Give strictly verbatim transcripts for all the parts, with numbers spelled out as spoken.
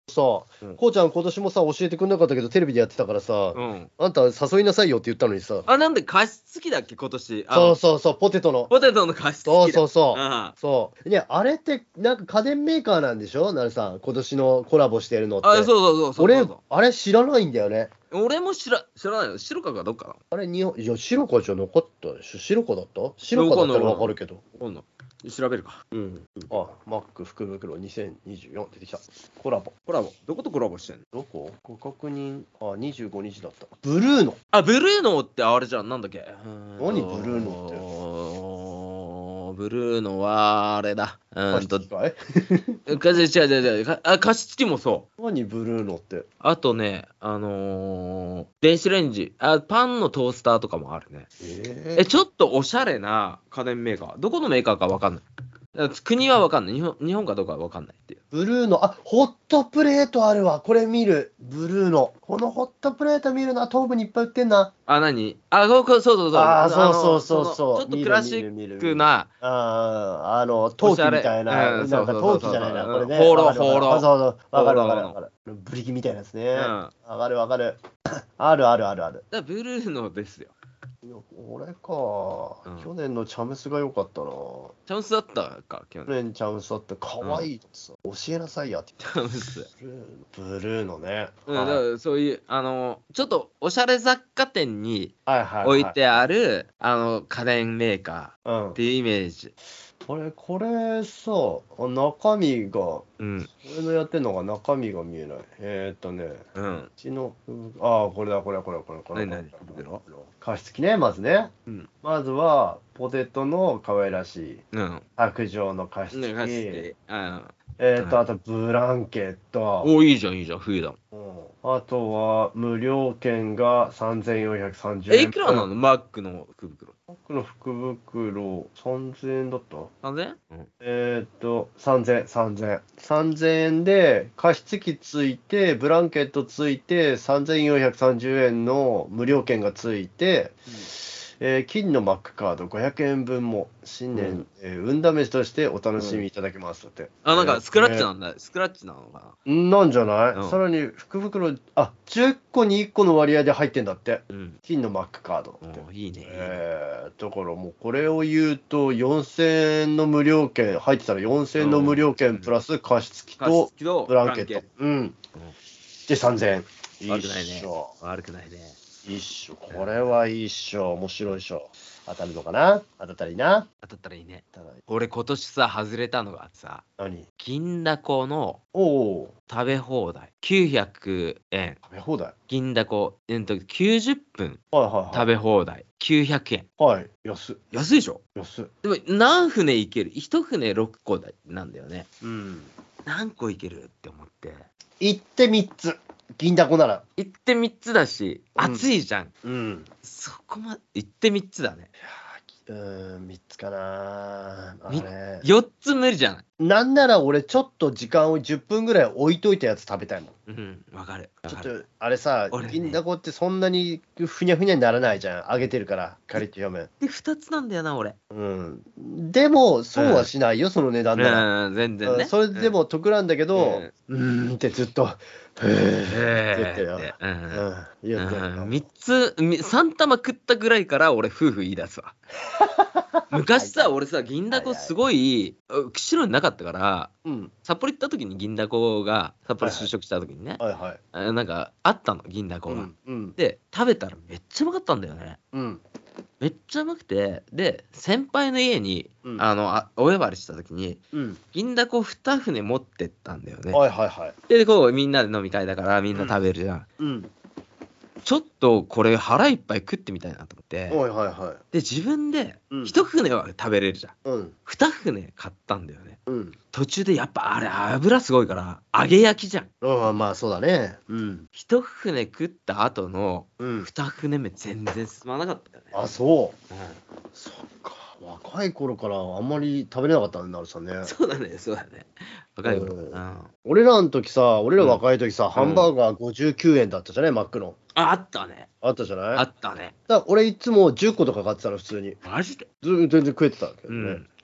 さ、うん、こうちゃん今年もさ教えてくんなかったけどテレビでやってたからさ、うん、あんた誘いなさいよって言ったのにさ。 あ、なんで加湿器だっけ今年。 そうそうそう、ポテトのポテトの加湿器だ。 そうそうそうあそうね。あれってなんか家電メーカーなんでしょ、なるさん、今年のコラボしてるのって。 あ、そうそうそうそう。 俺あれ知らないんだよね。 俺も知ら知らないよ。白かがどっかなあれに、いや白かじゃなかったでしょ。白かだった？白かだったらわかるけど。 今度調べるか。 うん。あ、マック福袋にせんにじゅうよん出てきた。コラボ。 コラボ。どことコラボしてんの？ どこ？ご確認。あ、にじゅうごにちだった。ブルーノ。 あ、ブルーノってあれじゃん。なんだっけ？ 何ブルーノって。 ブルーノはあれだ。 うんと。かい？ 違う違う違う。あ、加湿器もそう。 何ブルーノって。 あとね、あのー、電子レンジ、あ、パンのトースターとかもあるね。えー、え、ちょっとおしゃれな家電メーカー。どこのメーカーかわかんない。国はわかんない。日本、日本かどうかはわかんないっていう。 ブルーノ、あ、ホットプレートあるわ。これ見る。ブルーノ。このホットプレート見るな。東武にいっぱい売ってんな。 あ、何？あ、そうそうそうそう。 あ、そうそうそうそう。 ちょっとクラシックな。 ああ、あの、陶器みたいな。なんか陶器じゃないな。これね。 ホーロー、ホーロー。 そうそう。わかるわかるわかる。ブリキみたいなやつね。わかるわかる。あるあるあるある。 だブルーノですよ。 俺か、うん、去年のチャムスが良かったな。 チャムスだったか、 去年。去年チャムスだって可愛いってさ、うん、教えなさいやって。 チャムス。 ブルーのね。 うん、はい、だからそういう、あの、ちょっとおしゃれ雑貨店に置いてある、はいはいはい、あの、家電メーカーっていうイメージ。 これ、これさ、中身が、うん、俺のやってんのが中身が見えない。えー、っとね、うん。うちの、ああ、これだ、これだ、これだ、これだ、これだ。何何加湿器ね、まずね。うん、まずは、ポテトの可愛らしい、うん、卓上の加湿器。加湿器。うん。えー、っと、あと、ブランケット。 お、いいじゃん、いいじゃん、冬だ。 うん。あとは、無料券がさんぜんよんひゃくさんじゅうえん。 え、いくらなのマックの福袋。 マックの福袋、さんぜんえんだった？ さんぜんえん？ うん、 えー、っと、さんぜんえん、さんぜんえん。さんぜんえんで、加湿器ついて、ブランケットついて、さんぜんよんひゃくさんじゅうえんの無料券がついて、うん、えー、金のマックカードごひゃくえんぶんも新年、うん、えー、運試しとしてお楽しみいただけますって、うん、 あ、なんかスクラッチなんだ、えー、スクラッチなのかな。なんじゃない、うん、さらに福袋、あ、じゅっこにいっこの割合で入ってんだって、うん、金のマックカードって。 いいね、 えー、だからもうこれを言うとよんせんえんの無料券入ってたらよんせんえんの無料券プラス加湿器とブランケット、うん、うん、でさんぜんえん。 悪くないね。悪くないね。 いいっしょ。これはいいっしょ。面白いっしょ。当たるのかな？当たったらいいな。 当たったらいいね。俺今年さ、外れたのがさ、 何？ 銀だこの食べ放題。きゅうひゃくえん。 食べ放題？ 銀だこ、えっと、きゅうじゅっぷん食べ放題。きゅうひゃくえん。 はい。安い。 安いでしょ？ 安い。 でも何船いける？一船ろっこなんだよね。 うん。 何個いけるって思って。 行ってみっつ。銀だこなら。 行ってみっつだし、暑いじゃん。 うん。 そこまで、行ってみっつだね。 いやー、うーん、みっつかなあれ。 よっつ無理じゃない？ なんなら俺ちょっと時間をじゅっぷんぐらい置いといたやつ食べたいもん。 うん、わかる。 ちょっと、あれさ、ね、銀だこってそんなにふにゃふにゃにならないじゃん。揚げてるから、カリッと表面。 で、ふたつなんだよな、俺。 うん。でも、損はしないよ、うん、その値段なら。 うん、全然ね。 それでも得なんだけど、うん、うーんってずっと、へーって言ってよ。うん。 言ってよ。みっつ、さん玉食ったぐらいから俺、夫婦言い出すわ。昔さ、俺さ、銀だこすごい、釧路になかったから、うん、札幌行った時に銀だこが、札幌就職した時にね、はいはい、なんかあったの、銀だこが、うんうん。で、食べたらめっちゃうまかったんだよね。うん、めっちゃうまくて、で、先輩の家に、うん、あのあお呼ばれした時に、うん、銀だこに船持ってったんだよね。はいはいはい。で、こうみんなで飲み会だからみんな食べるじゃん。うんうんちょっとこれ腹いっぱい食ってみたいなと思って、はいはいはい、で自分で一船は食べれるじゃん、うん、二船買ったんだよね、うん、途中でやっぱあれ油すごいから揚げ焼きじゃん。 ああまあそうだね、 うん、一船食った後の二船目全然進まなかったよね、 うん、あそう、うん、そっか若い頃からあんまり食べれなかったんだなるさんね。 そうだねそうだね若い頃、うん、 俺らの時さ俺ら若い時さ、うん、ハンバーガーごじゅうきゅうえんだったじゃないマックの。 あ、あったね。 あったじゃない？ あったね。 だから俺いつもじゅっことか買ってたの普通に。 マジで？ 全然食えてたけどね、うん、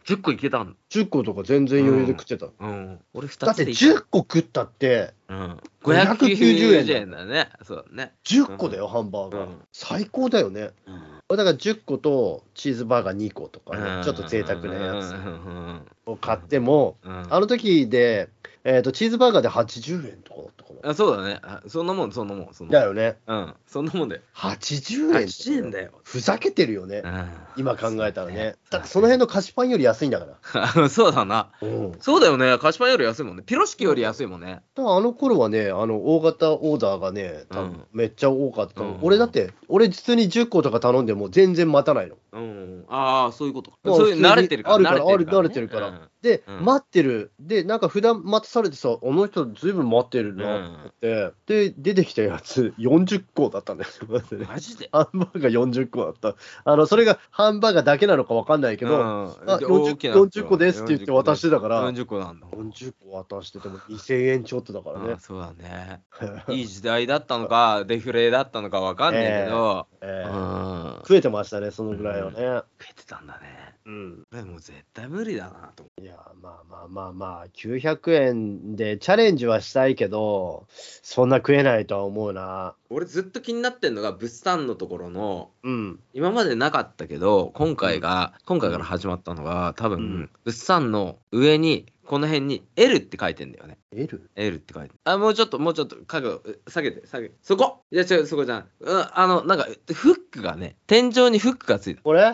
じゅっこいけたんじゅっことか全然余裕で食ってた。 うん。うん、俺ふただってじゅっこ食ったって、 うん、ごひゃくきゅうじゅうえんだね。そうだね。 じゅっこだよ、ハンバーガー。うん、最高だよね。うん、だからじゅっことチーズバーガーにことかね、うん、ちょっと贅沢なやつを買っても、うん、あの時で、えーと、チーズバーガーではちじゅうえんとかだったかな。 あ、そうだね。そんなもん、そんなもん。そんなもんだよね。 うん。そんなもんで。 はちじゅうえん。はちじゅうえんだよ。 ふざけてるよね。うん、今考えたらね。ね、だってその辺の菓子パンより安いんだから。そうだな、うん。そうだよね。菓子パンより安いもんね。ピロシキより安いもんね。 だからあの頃はね、あの大型オーダーがね、多分めっちゃ多かった。うん、俺だって、俺普通にじゅっことか頼んでも全然待たないの。 うん。ああ、そういうことか。そういう慣れてるから。 あるから、ある、慣れてるから。で、うん、待ってる。で、なんか普段待たされてさ、あの人ずいぶん待ってるなって、うん、で、出てきたやつよんじゅっこだったんだよ。 マジでハンバーガーよんじゅっこだった。あの、それがハンバーガーだけなのかわかんないけど、うん、あ 40, よんじゅっこですって言って渡してたから、 よんじゅっこなんだ。 よんじゅっこ渡しててもにせんえんちょっとだからね。 ああ、そうだね。いい時代だったのか、デフレだったのかわかんないけど、 えーえーうん、増えてましたね、そのぐらいはね。うん、増えてたんだね。うん。でも絶対無理だなと思う。いや、まあまあまあまあ、きゅうひゃくえんでチャレンジはしたいけど、そんな食えないとは思うな。 俺ずっと気になってんのが物産のところの、うん、今までなかったけど今回が、うん、今回から始まったのが多分、うん、物産の上にこの辺に エル って書いてんだよね。 L？ L って書いてあ、もうちょっともうちょっと角下げて下げてそこいや違うそこじゃない、うん、あのなんかフックがね天井にフックがついた。 これうん、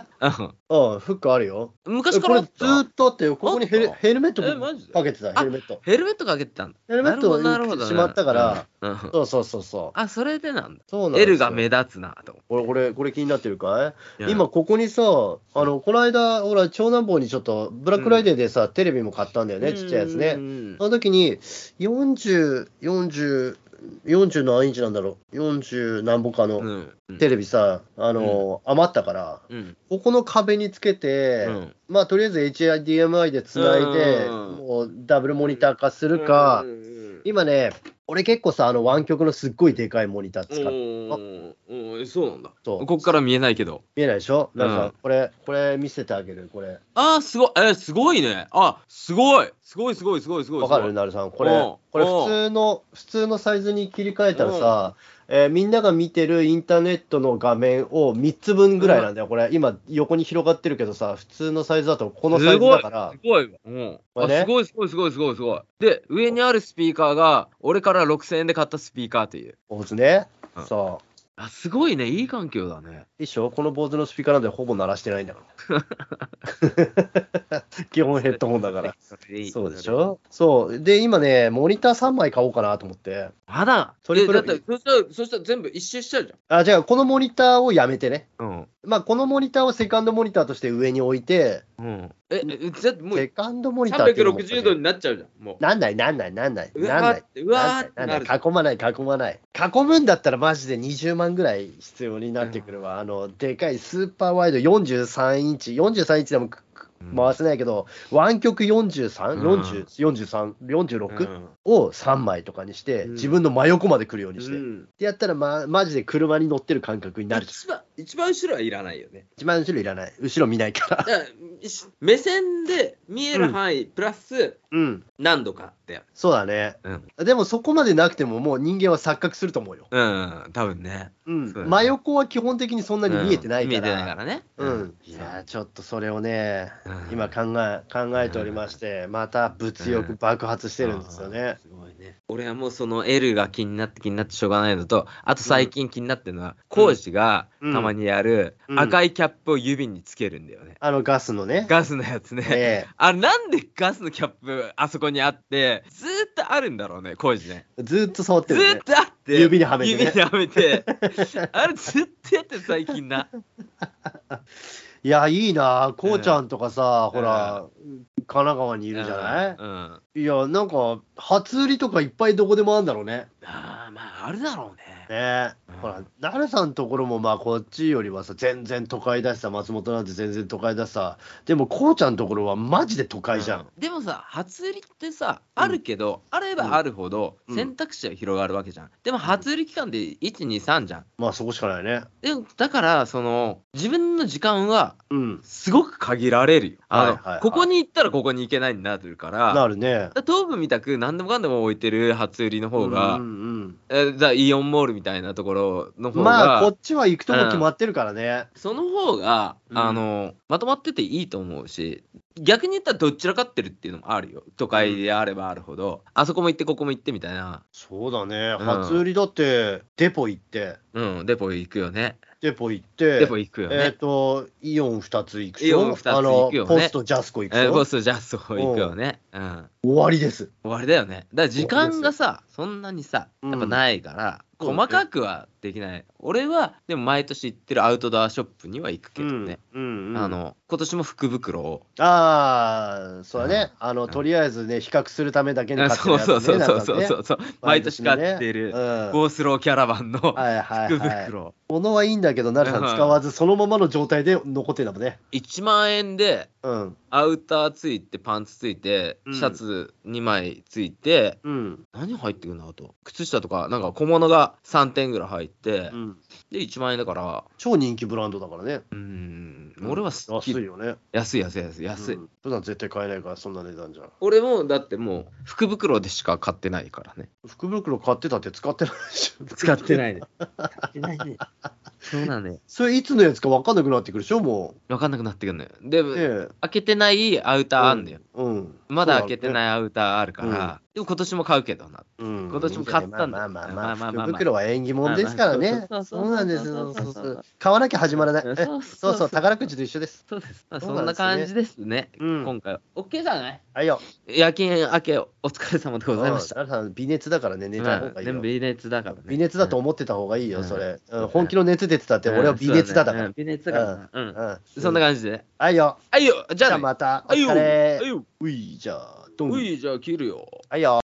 フックあるよ。 昔からあった。 これずっとあってよ。ここにヘルヘルメットかけてた。ヘルメットヘルメットかけてたんだ。 ヘルメットをしまったから、うんうん、そうそうそうそう。 あ、それでなんだ。 そうなんですよ。L が目立つなと。 俺これこれ気になってるかい？今ここにさ、あのこの間ほら長男坊にちょっとブラックフライデーでさ、うん、テレビも買ったんだよね、ちっちゃいやつね。その時によんじゅう、よんじゅう、よんじゅう何インチなんだろう、よんじゅう何本かのテレビさ、あの、うん、余ったから、うん、ここの壁につけて、うん、まあとりあえず エイチディーエムアイ でつないで、もうダブルモニター化するか、今ね、俺結構さ、あの湾曲のすっごいでかいモニター使って。 うん、そうなんだ。そう。ここから見えないけど。 見えないでしょ？なんか、うん、これ、これ見せてあげる、これ。 あー、すごい。えー、すごいね。あ、すごい。すごいすごいすごいすごい。 わかる？なるさん。これ、これ普通の、普通のサイズに切り替えたらさ、えー、みんなが見てるインターネットの画面をみっつぶんぐらいなんだよ。これ、今横に広がってるけどさ、普通のサイズだとこのサイズだから。 すごい。すごい。うん。あ、ね、すごいすごいすごいすごいすごい。で、上にあるスピーカーが、俺からろくせんえんで買ったスピーカーという。 坊主ね。うん、そう。 あ、すごいね。いい環境だね。 いいっしょ？この坊主のスピーカーなんでほぼ鳴らしてないんだから。基本ヘッドホンだから。そうでしょ？そう。で、今ね、モニターさんまい買おうかなと思って。 まだトリプル。だってそしたら、そしたら全部一周しちゃうじゃん。 あ、じゃあこのモニターをやめてね。うん。まあ、このモニターをセカンドモニターとして上に置いて、うん。え、え、ぜもうセカンドモニターってさんびゃくろくじゅうどになっちゃうじゃん。もう。 なんない、なんない、なんない。 うわーって、うわーってなる。 囲まない、囲まない。囲むんだったらマジでにじゅうまんぐらい必要になってくるわ。うん、あの、でかいスーパーワイドよんじゅうさんインチ、よんじゅうさんインチでも回せないけど、うん、湾曲よんじゅうさん、よんじゅう、よんじゅうさん、よんじゅうろく、うん、をさんまいとかにして、うん、自分の真横まで来るようにして。うん、ってやったら、ま、マジで車に乗ってる感覚になる。 一番、一番後ろはいらないよね。 一番後ろいらない。後ろ見ないから。 目線で見える範囲、うん、プラス、うん、何度かって。 そうだね、うん。でもそこまでなくてももう人間は錯覚すると思うよ。 うん、多分ね。 うん。ね、真横は基本的にそんなに見えてないから。 うん、見えてないからね。 うん。いやちょっとそれをね、うん、今考え、考えておりまして、また物欲爆発してるんですよね。うん、すごいね。俺はもうその L が気になって気になってしょうがないのと、あと最近気になってるのは、コウジがたまにやる赤いキャップを指につけるんだよね。 あのガスのね。 ガスのやつね。えー、あれなんでガスのキャップあそこにあって、ずーっとあるんだろうね、コウジね。 ずーっと触ってるね。 ずーっとあって。 指にはめて、 ね。指にはめて。あれずっとやってる最近な。 いや、いいな。こうちゃんとかさ、うん、ほら、うん、神奈川にいるじゃない、うんうん、いや、なんか、初売りとかいっぱいどこでもあるんだろうね。 ああ、まあ、あるだろうね。 ね。ほら、なるさんのところもまあこっちよりはさ、全然都会だしさ、松本なんて全然都会だしさ、でもこうちゃんのところはマジで都会じゃん。うん、 でもさ、初売りってさ、あるけど、うん、あればあるほど選択肢は広がるわけじゃん。うん、でも初売り期間でいち、に、さんじゃん。 まあそこしかないね。 でもだから、その、自分の時間は、すごく限られるよ。うん、あの、はいはいはい、ここに行ったらここに行けないになるから、 なるね。 東武みたく何でもかんでも置いてる初売りの方が、うんうんうん、だイオンモールみたいなところの方が、 まあこっちは行くとこ決まってるからね。 うん、その方が、あの、うん、まとまってていいと思うし、逆に言ったらどっちらかってるっていうのもあるよ。都会であればあるほど、うん、あそこも行ってここも行ってみたいな。 そうだね。初売りだってデポ行って、 うん、デポ行くよね。 デポ行って、 デポ行くよね。 えっ、ー、と、イオンふたつ行くしょ。 イオンふたつ行くよね。 ポストジャスコ行くしょ。 えー、ポストジャスコ行くよね。うん。 終わりです。 終わりだよね。だから時間がさ、そんなにさ、やっぱないから、うん、細かくはできない。俺は、でも毎年行ってるアウトドアショップには行くけどね。うんうんうん、あの、今年も福袋を。 ああ、そうだね。うん、あの、とりあえずね、比較するためだけに買ってるやつ、ね、 そうそうそうそうそうそう、ね。毎年買ってる、ね、うん、ゴースローキャラバンの福袋。はいはいはい、 物はいいんだけど、なるさん使わず、そのままの状態で残ってんだもんね。 いちまんえんで、うん、アウターついて、パンツついて、うん、シャツにまいついて、うん、何入ってくるのあと。靴下とか、なんか小物がさんてんぐらい入って、うん、で、いちまんえんだから。 超人気ブランドだからね。 うん。俺は好き。 安いよね。 安い安い安い安い。うん、 普段絶対買えないから、そんな値段じゃん。 俺も、だってもう、福袋でしか買ってないからね。 福袋買ってたって使ってないでしょ。 使ってないね。使ってないね。そうなんだよ。 それいつのやつか分かんなくなってくるでしょ、もう。分かんなくなってくるのよ。でも、ええ、開けてないアウターあんだよ。うん。うん、まだ開けてないアウターあるから、うん、でも今年も買うけどな。うん、今年も買ったんだよ。 まあまあまあまあ、福袋は縁起物ですからね。そうなんです。そうそうそう。買わなきゃ始まらない。そうそう、宝くじと一緒です。 そうです。そんな感じですね。今回は。OK じゃない？ はいよ。 夜勤明けお疲れ様でございました。 微熱だからね、寝た方がいいよ。 微熱だからね。 微熱だと思ってた方がいいよ、それ。本気の熱出てたって、俺は微熱だだから。 微熱だから。うん。そんな感じで。 はいよ。 はいよ。じゃあまた。お疲れ。うい、じゃあ、 うい、じゃあ切るよ。 はいよ。